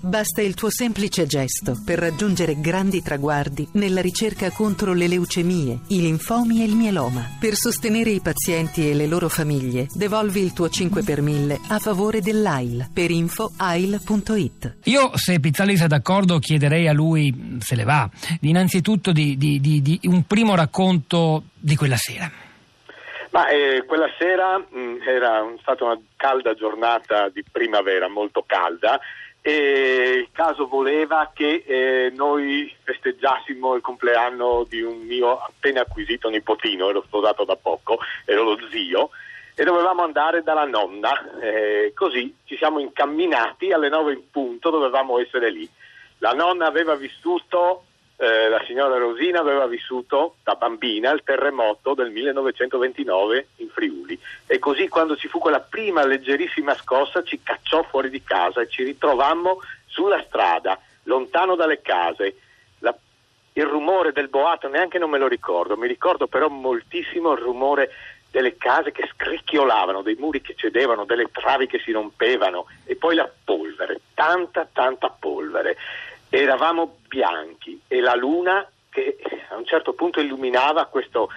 Basta il tuo semplice gesto per raggiungere grandi traguardi nella ricerca contro le leucemie, i linfomi e il mieloma. Per sostenere i pazienti e le loro famiglie, devolvi il tuo 5 per 1000 a favore dell'AIL. Per info AIL.it. Io, se Pizzalis è d'accordo, chiederei a lui, se le va, innanzitutto di un primo racconto di quella sera. Quella sera era stata una calda giornata di primavera, molto calda, e il caso voleva che noi festeggiassimo il compleanno di un mio appena acquisito nipotino. Ero sposato da poco, ero lo zio, e dovevamo andare dalla nonna, così ci siamo incamminati, alle 9 in punto dovevamo essere lì. La nonna aveva vissuto, la signora Rosina aveva vissuto da bambina il terremoto del 1929 in Friuli, e così quando ci fu quella prima leggerissima scossa ci cacciò fuori di casa e ci ritrovammo sulla strada, lontano dalle case. Il rumore del boato neanche non me lo ricordo, mi ricordo però moltissimo il rumore delle case che scricchiolavano, dei muri che cedevano, delle travi che si rompevano, e poi la polvere, tanta polvere. Eravamo bianchi e la luna che a un certo punto illuminava questo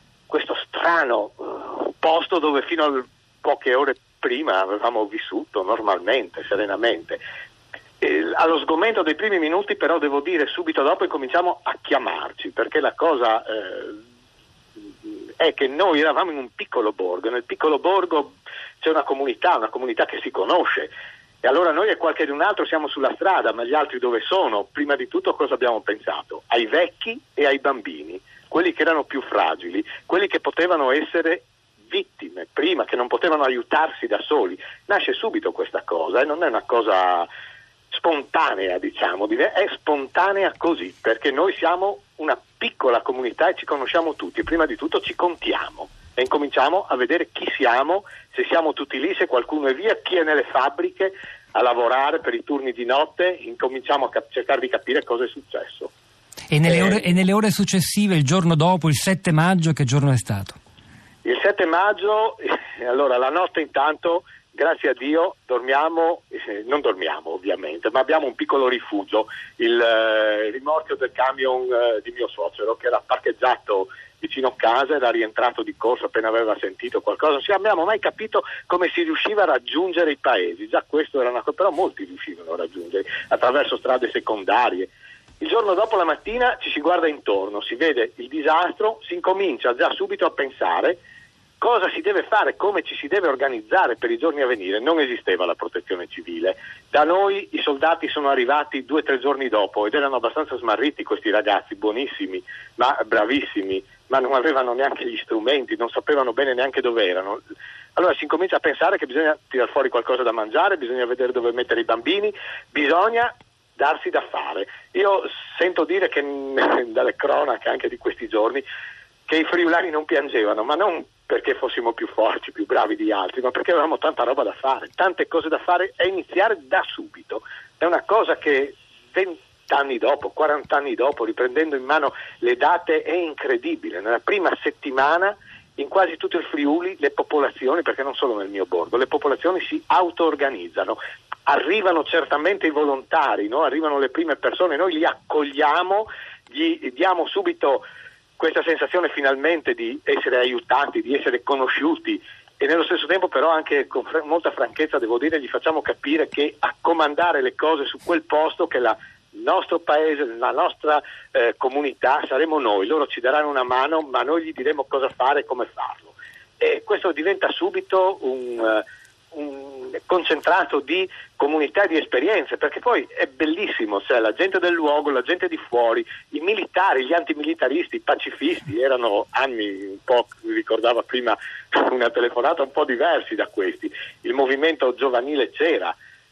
strano posto dove fino a poche ore prima avevamo vissuto normalmente, serenamente. Allo sgomento dei primi minuti, però, devo dire, subito dopo incominciamo a chiamarci, perché la cosa è che noi eravamo in un piccolo borgo. Nel piccolo borgo c'è una comunità che si conosce. E allora noi e qualche di un altro siamo sulla strada, ma gli altri dove sono? Prima di tutto cosa abbiamo pensato? Ai vecchi e ai bambini, quelli che erano più fragili, quelli che potevano essere vittime prima, che non potevano aiutarsi da soli. Nasce subito questa cosa, e non è una cosa spontanea, diciamo, è spontanea così, perché noi siamo una piccola comunità e ci conosciamo tutti, prima di tutto ci contiamo e incominciamo a vedere chi siamo, se siamo tutti lì, se qualcuno è via, chi è nelle fabbriche a lavorare per i turni di notte. Incominciamo a cercare di capire cosa è successo. E nelle ore successive, il giorno dopo, il 7 maggio, che giorno è stato? Il 7 maggio, allora la notte intanto, grazie a Dio, non dormiamo ovviamente, ma abbiamo un piccolo rifugio, il rimorchio del camion di mio suocero, che era parcheggiato vicino a casa, era rientrato di corsa appena aveva sentito qualcosa. Non abbiamo mai capito come si riusciva a raggiungere i paesi, già questo era una cosa, però molti riuscivano a raggiungere attraverso strade secondarie. Il giorno dopo, la mattina, ci si guarda intorno, si vede il disastro, si incomincia già subito a pensare cosa si deve fare, come ci si deve organizzare per i giorni a venire. Non esisteva la protezione civile. Da noi i soldati sono arrivati 2 o 3 giorni dopo ed erano abbastanza smarriti questi ragazzi, buonissimi, ma bravissimi, ma non avevano neanche gli strumenti, non sapevano bene neanche dove erano. Allora si incomincia a pensare che bisogna tirar fuori qualcosa da mangiare, bisogna vedere dove mettere i bambini, bisogna darsi da fare. Io sento dire che dalle cronache anche di questi giorni che i friulani non piangevano, ma non perché fossimo più forti, più bravi di altri, ma perché avevamo tanta roba da fare, tante cose da fare, e iniziare da subito. È una cosa che 20 anni dopo, 40 anni dopo, riprendendo in mano le date, è incredibile. Nella prima settimana in quasi tutto il Friuli le popolazioni, perché non solo nel mio borgo, le popolazioni si auto-organizzano. Arrivano certamente i volontari, no? Arrivano le prime persone, noi li accogliamo, gli diamo subito questa sensazione finalmente di essere aiutati, di essere conosciuti, e nello stesso tempo però anche con molta franchezza, devo dire, gli facciamo capire che a comandare le cose su quel posto, che il nostro paese, la nostra comunità, saremo noi. Loro ci daranno una mano, ma noi gli diremo cosa fare e come farlo. E questo diventa subito un concentrato di comunità e di esperienze, perché poi è bellissimo, cioè la gente del luogo, la gente di fuori, i militari, gli antimilitaristi, i pacifisti. Erano anni, un po', ricordava prima una telefonata, un po' diversi da questi. Il movimento giovanile c'era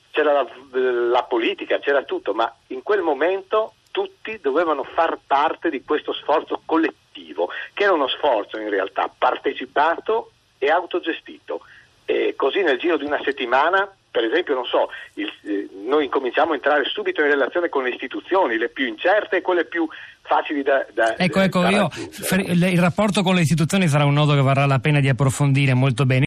la politica, c'era tutto, ma in quel momento tutti dovevano far parte di questo sforzo collettivo, che era uno sforzo in realtà partecipato e autogestito. E così nel giro di una settimana, per esempio, noi incominciamo a entrare subito in relazione con le istituzioni, le più incerte e quelle più facili da il rapporto con le istituzioni sarà un nodo che varrà la pena di approfondire molto bene.